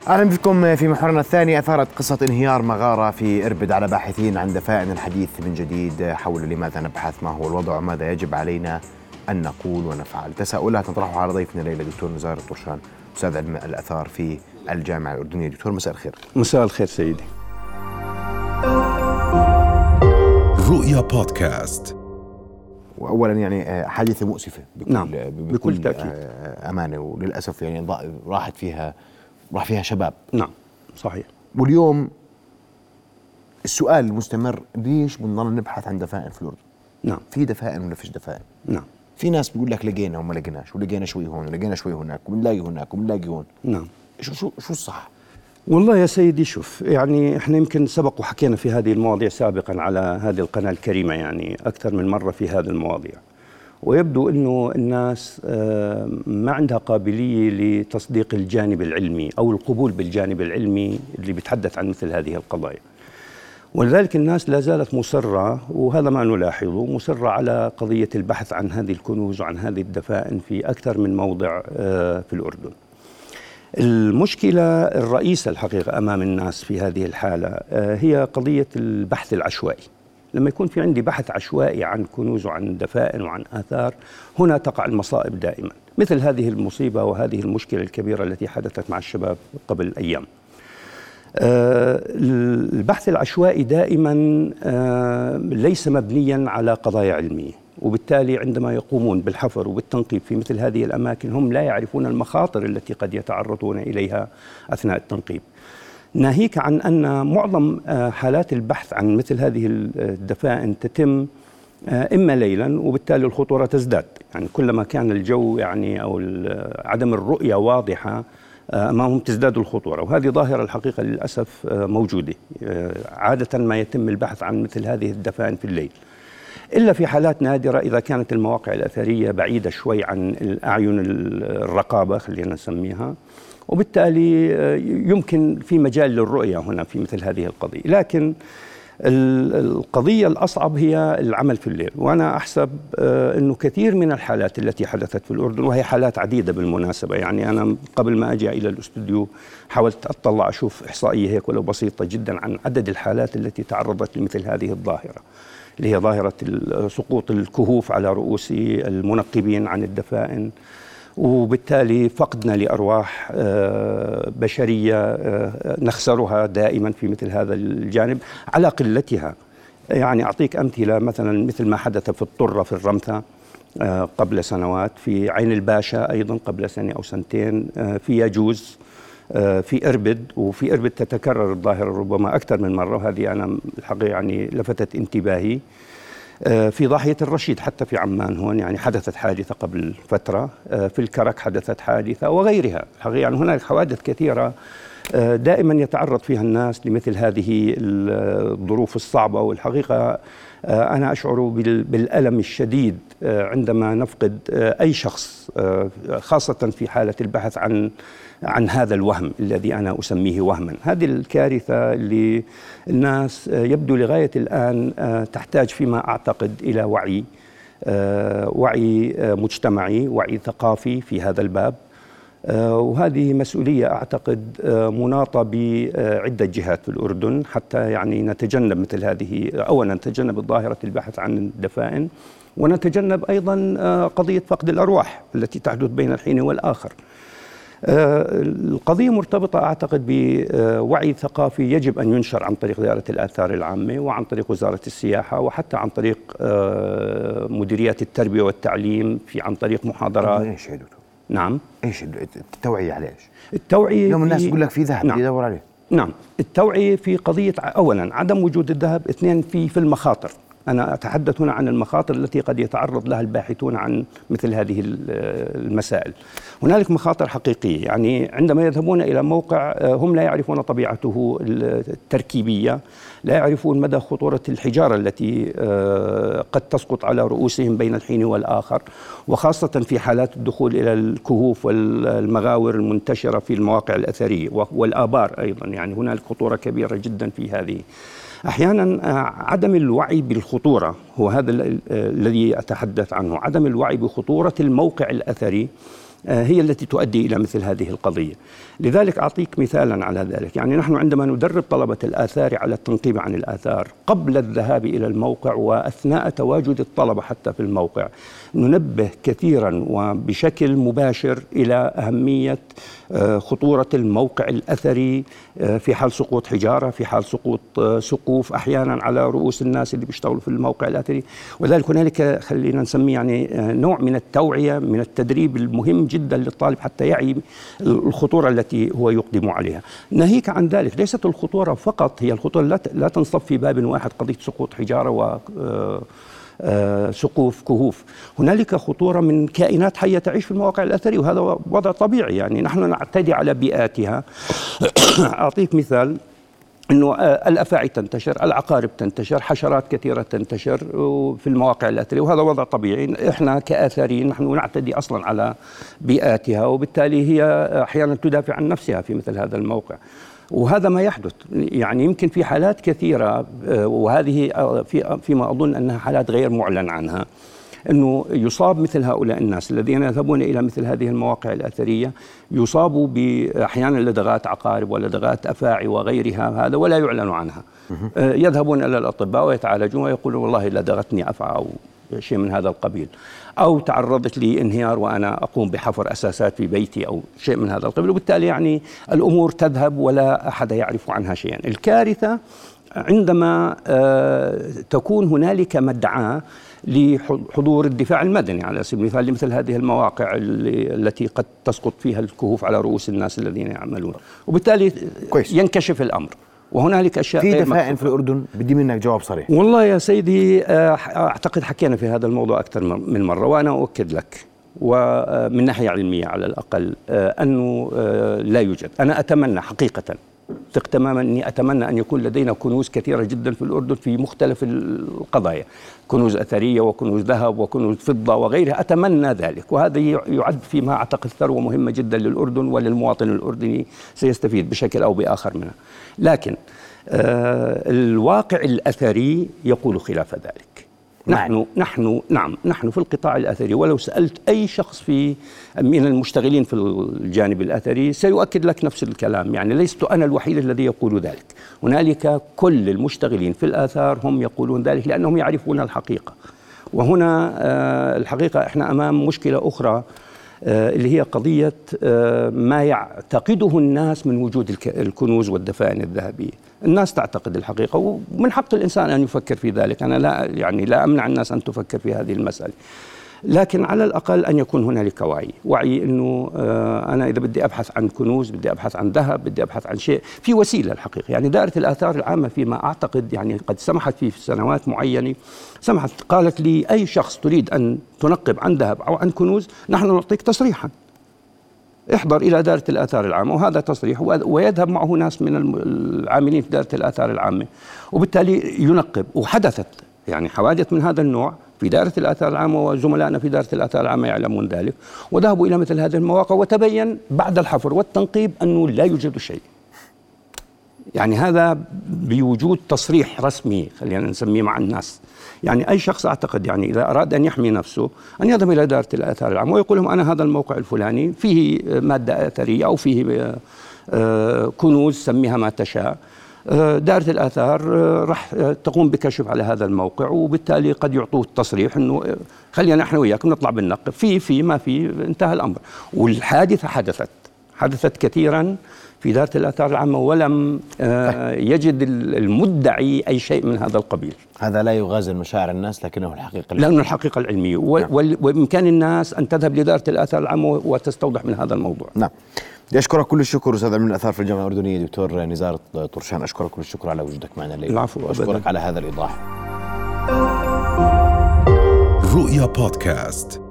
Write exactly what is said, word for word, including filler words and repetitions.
أهلا بكم في محورنا الثاني. أثارت قصة انهيار مغارة في إربد على باحثين عن دفائن الحديث من جديد حول لماذا نبحث، ما هو الوضع، وماذا يجب علينا أن نقول ونفعل. تساؤلات نطرحها على ضيفنا الليلة دكتور نزار الطرشان، أستاذ علم الآثار في الجامعة الأردنية. دكتور مساء الخير. مساء الخير سيدي. رؤيا بودكاست. وأولا يعني حادثة مؤسفة بكل, نعم. بكل, بكل تأكيد أمانة، وللأسف يعني راحت فيها راح فيها شباب. نعم صحيح. واليوم السؤال المستمر، ليش بنضل نبحث عن دفائن في الأردن؟ نعم. في دفائن ولا فيش دفائن؟ نعم. في ناس بيقول لك لقينا وما لقيناش، ولقينا شوي هون ولقينا شوي هناك، وبنلاقي هناك وبنلاقي هون. نعم. شو شو شو الصح؟ والله يا سيدي شوف، يعني احنا يمكن سبق وحكينا في هذه المواضيع سابقا على هذه القناة الكريمة يعني أكثر من مرة في هذه المواضيع، ويبدو أنه الناس ما عندها قابلية لتصديق الجانب العلمي أو القبول بالجانب العلمي اللي بيتحدث عن مثل هذه القضايا، ولذلك الناس لا زالت مصرة، وهذا ما نلاحظه، مصرة على قضية البحث عن هذه الكنوز وعن هذه الدفائن في أكثر من موضع في الأردن. المشكلة الرئيسة الحقيقة أمام الناس في هذه الحالة هي قضية البحث العشوائي. لما يكون في عندي بحث عشوائي عن كنوز وعن دفائن وعن آثار، هنا تقع المصائب دائما، مثل هذه المصيبة وهذه المشكلة الكبيرة التي حدثت مع الشباب قبل أيام. آه البحث العشوائي دائما آه ليس مبنيا على قضايا علمية، وبالتالي عندما يقومون بالحفر وبالتنقيب في مثل هذه الأماكن هم لا يعرفون المخاطر التي قد يتعرضون إليها أثناء التنقيب، ناهيك عن أن معظم حالات البحث عن مثل هذه الدفائن تتم إما ليلا، وبالتالي الخطورة تزداد، يعني كلما كان الجو يعني أو عدم الرؤية واضحة أمامهم تزداد الخطورة، وهذه ظاهرة الحقيقة للأسف موجودة. عادة ما يتم البحث عن مثل هذه الدفائن في الليل، إلا في حالات نادرة إذا كانت المواقع الأثرية بعيدة شوي عن الأعين الرقابة خلينا نسميها، وبالتالي يمكن في مجال للرؤية هنا في مثل هذه القضية. لكن القضية الأصعب هي العمل في الليل، وأنا أحسب أنه كثير من الحالات التي حدثت في الأردن، وهي حالات عديدة بالمناسبة، يعني أنا قبل ما أجي إلى الاستوديو حاولت أطلع أشوف إحصائية هيك ولو بسيطة جدا عن عدد الحالات التي تعرضت لمثل هذه الظاهرة، اللي هي ظاهرة سقوط الكهوف على رؤوس المنقبين عن الدفائن، وبالتالي فقدنا لأرواح بشرية نخسرها دائما في مثل هذا الجانب على قلتها. يعني أعطيك أمثلة، مثلا مثل ما حدث في الطرة في الرمثة قبل سنوات، في عين الباشا أيضا قبل سنة أو سنتين، في يجوز، في إربد، وفي إربد تتكرر الظاهرة ربما أكثر من مرة، وهذه أنا الحقيقة يعني لفتت انتباهي. في ضاحية الرشيد حتى في عمان هون يعني حدثت حادثة قبل فترة، في الكرك حدثت حادثة وغيرها. الحقيقة يعني هناك حوادث كثيرة دائما يتعرض فيها الناس لمثل هذه الظروف الصعبة، والحقيقة أنا أشعر بالألم الشديد عندما نفقد أي شخص، خاصة في حالة البحث عن عن هذا الوهم الذي أنا أسميه وهما. هذه الكارثة اللي الناس يبدو لغاية الآن تحتاج فيما أعتقد إلى وعي وعي مجتمعي، وعي ثقافي في هذا الباب، وهذه مسؤولية أعتقد مناطة بعدة جهات في الأردن حتى يعني نتجنب مثل هذه، أولا نتجنب ظاهرة البحث عن الدفائن، ونتجنب أيضا قضية فقد الأرواح التي تحدث بين الحين والآخر. القضية مرتبطة أعتقد بوعي ثقافي يجب أن ينشر عن طريق دائرة الآثار العامة، وعن طريق وزارة السياحة، وحتى عن طريق مديريات التربية والتعليم، في عن طريق محاضرات. إيش يا دكتور؟ نعم. إيش التوعية على إيش؟ التوعية اليوم الناس يقول لك في ذهب. نعم. يدور عليه. نعم. التوعية في قضية أولا عدم وجود الذهب، اثنين في في المخاطر. أنا أتحدث هنا عن المخاطر التي قد يتعرض لها الباحثون عن مثل هذه المسائل. هنالك مخاطر حقيقية، يعني عندما يذهبون إلى موقع هم لا يعرفون طبيعته التركيبية، لا يعرفون مدى خطورة الحجارة التي قد تسقط على رؤوسهم بين الحين والآخر، وخاصة في حالات الدخول إلى الكهوف والمغاور المنتشرة في المواقع الأثرية والآبار أيضا، يعني هنالك خطورة كبيرة جدا في هذه. أحيانا عدم الوعي بالخطورة هو هذا الذي أتحدث عنه، عدم الوعي بخطورة الموقع الأثري هي التي تؤدي إلى مثل هذه القضية. لذلك أعطيك مثالا على ذلك. يعني نحن عندما ندرب طلبة الآثار على التنقيب عن الآثار قبل الذهاب إلى الموقع وأثناء تواجد الطلبة حتى في الموقع، ننبه كثيرا وبشكل مباشر إلى أهمية خطورة الموقع الأثري في حال سقوط حجارة، في حال سقوط سقوف أحيانا على رؤوس الناس اللي بيشتغلوا في الموقع الأثري. وذلك هنالك خلينا نسميه يعني نوع من التوعية، من التدريب المهم جدا للطالب حتى يعي الخطورة التي هو يقدم عليها. ناهيك عن ذلك، ليست الخطورة فقط هي الخطورة لا تنصب في باب واحد، قضية سقوط حجارة و آه سقوف كهوف. هنالك خطورة من كائنات حية تعيش في المواقع الأثرية، وهذا وضع طبيعي. يعني نحن نعتدي على بيئاتها. أعطيك مثال، أنه الأفاعي تنتشر، العقارب تنتشر، حشرات كثيرة تنتشر في المواقع الأثرية، وهذا وضع طبيعي. إحنا كآثاريين نحن نعتدي أصلا على بيئاتها، وبالتالي هي أحيانا تدافع عن نفسها في مثل هذا الموقع، وهذا ما يحدث. يعني يمكن في حالات كثيرة، وهذه في فيما أظن أنها حالات غير معلن عنها، أنه يصاب مثل هؤلاء الناس الذين يذهبون إلى مثل هذه المواقع الأثرية، يصابوا بأحيانا لدغات عقارب ولدغات أفاعي وغيرها، هذا ولا يعلن عنها. يذهبون إلى الأطباء ويتعالجون ويقولون والله لدغتني أفعى أو شيء من هذا القبيل، أو تعرضت لي انهيار وأنا أقوم بحفر أساسات في بيتي أو شيء من هذا القبيل، وبالتالي يعني الأمور تذهب ولا أحد يعرف عنها شيئا. الكارثة عندما تكون هنالك مدعاة لحضور الدفاع المدني على سبيل المثال لمثل هذه المواقع التي قد تسقط فيها الكهوف على رؤوس الناس الذين يعملون، وبالتالي كويس. ينكشف الأمر. وهنالك أشياء في دفاعٍ في الأردن. بدي منك جواب صريح. والله يا سيدي أعتقد حكينا في هذا الموضوع أكثر من مرة، وأنا أؤكد لك ومن ناحية علمية على الأقل أنه لا يوجد. أنا أتمنى حقيقة ثق تماما أني أتمنى أن يكون لدينا كنوز كثيرة جدا في الأردن في مختلف القضايا، كنوز أثرية وكنوز ذهب وكنوز فضة وغيرها، أتمنى ذلك، وهذا يعد فيما أعتقد ثروة مهمة جدا للأردن وللمواطن الأردني سيستفيد بشكل أو بآخر منها. لكن آه الواقع الأثري يقول خلاف ذلك. نحن نحن نعم نحن في القطاع الأثري، ولو سألت أي شخص في من المشتغلين في الجانب الأثري سيؤكد لك نفس الكلام. يعني لست أنا الوحيد الذي يقول ذلك، هنالك كل المشتغلين في الآثار هم يقولون ذلك لأنهم يعرفون الحقيقة. وهنا آه الحقيقة إحنا أمام مشكلة أخرى، آه اللي هي قضية آه ما يعتقده الناس من وجود الكنوز والدفائن الذهبية. الناس تعتقد الحقيقة، ومن حق الإنسان أن يفكر في ذلك. أنا لا يعني لا أمنع الناس أن تفكر في هذه المسألة، لكن على الأقل أن يكون هنالك وعي وعي أنه آه أنا إذا بدي أبحث عن كنوز، بدي أبحث عن ذهب، بدي أبحث عن شيء في وسيلة الحقيقة. يعني دائرة الآثار العامة فيما أعتقد يعني قد سمحت في سنوات معينة، سمحت قالت لي أي شخص تريد أن تنقب عن ذهب أو عن كنوز نحن نعطيك تصريحا، احضر إلى دائرة الآثار العامة، وهذا تصريح، ويذهب معه ناس من العاملين في دائرة الآثار العامة، وبالتالي ينقب. وحدثت يعني حوادث من هذا النوع في دائرة الآثار العامة، وزملائنا في دائرة الآثار العامة يعلمون ذلك، وذهبوا إلى مثل هذه المواقع وتبين بعد الحفر والتنقيب أنه لا يوجد شيء. يعني هذا بوجود تصريح رسمي خلينا نسميه مع الناس. يعني أي شخص أعتقد يعني إذا أراد أن يحمي نفسه أن يذهب إلى دائرة الآثار العامة ويقول لهم أنا هذا الموقع الفلاني فيه مادة أثرية أو فيه كنوز سميها ما تشاء، دائرة الآثار راح تقوم بكشف على هذا الموقع، وبالتالي قد يعطوه التصريح أنه خلينا نحن وياكم نطلع بالنقب، في في ما في، انتهى الأمر. والحادثة حدثت حدثت كثيرا في دائرة الآثار العامة، ولم يجد المدعي أي شيء من هذا القبيل. هذا لا يغازل مشاعر الناس، لكنه الحقيقة لأنه الحقيقة العلمية، وبإمكان الناس أن تذهب لدائرة الآثار العامة وتستوضح من هذا الموضوع. نعم. بدي أشكرك كل الشكر أستاذ علم الآثار في الجامعة الأردنية دكتور نزار طرشان، أشكرك كل الشكر على وجودك معنا الليلة. العفو. أشكرك على هذا الإيضاح. رؤيا بودكاست.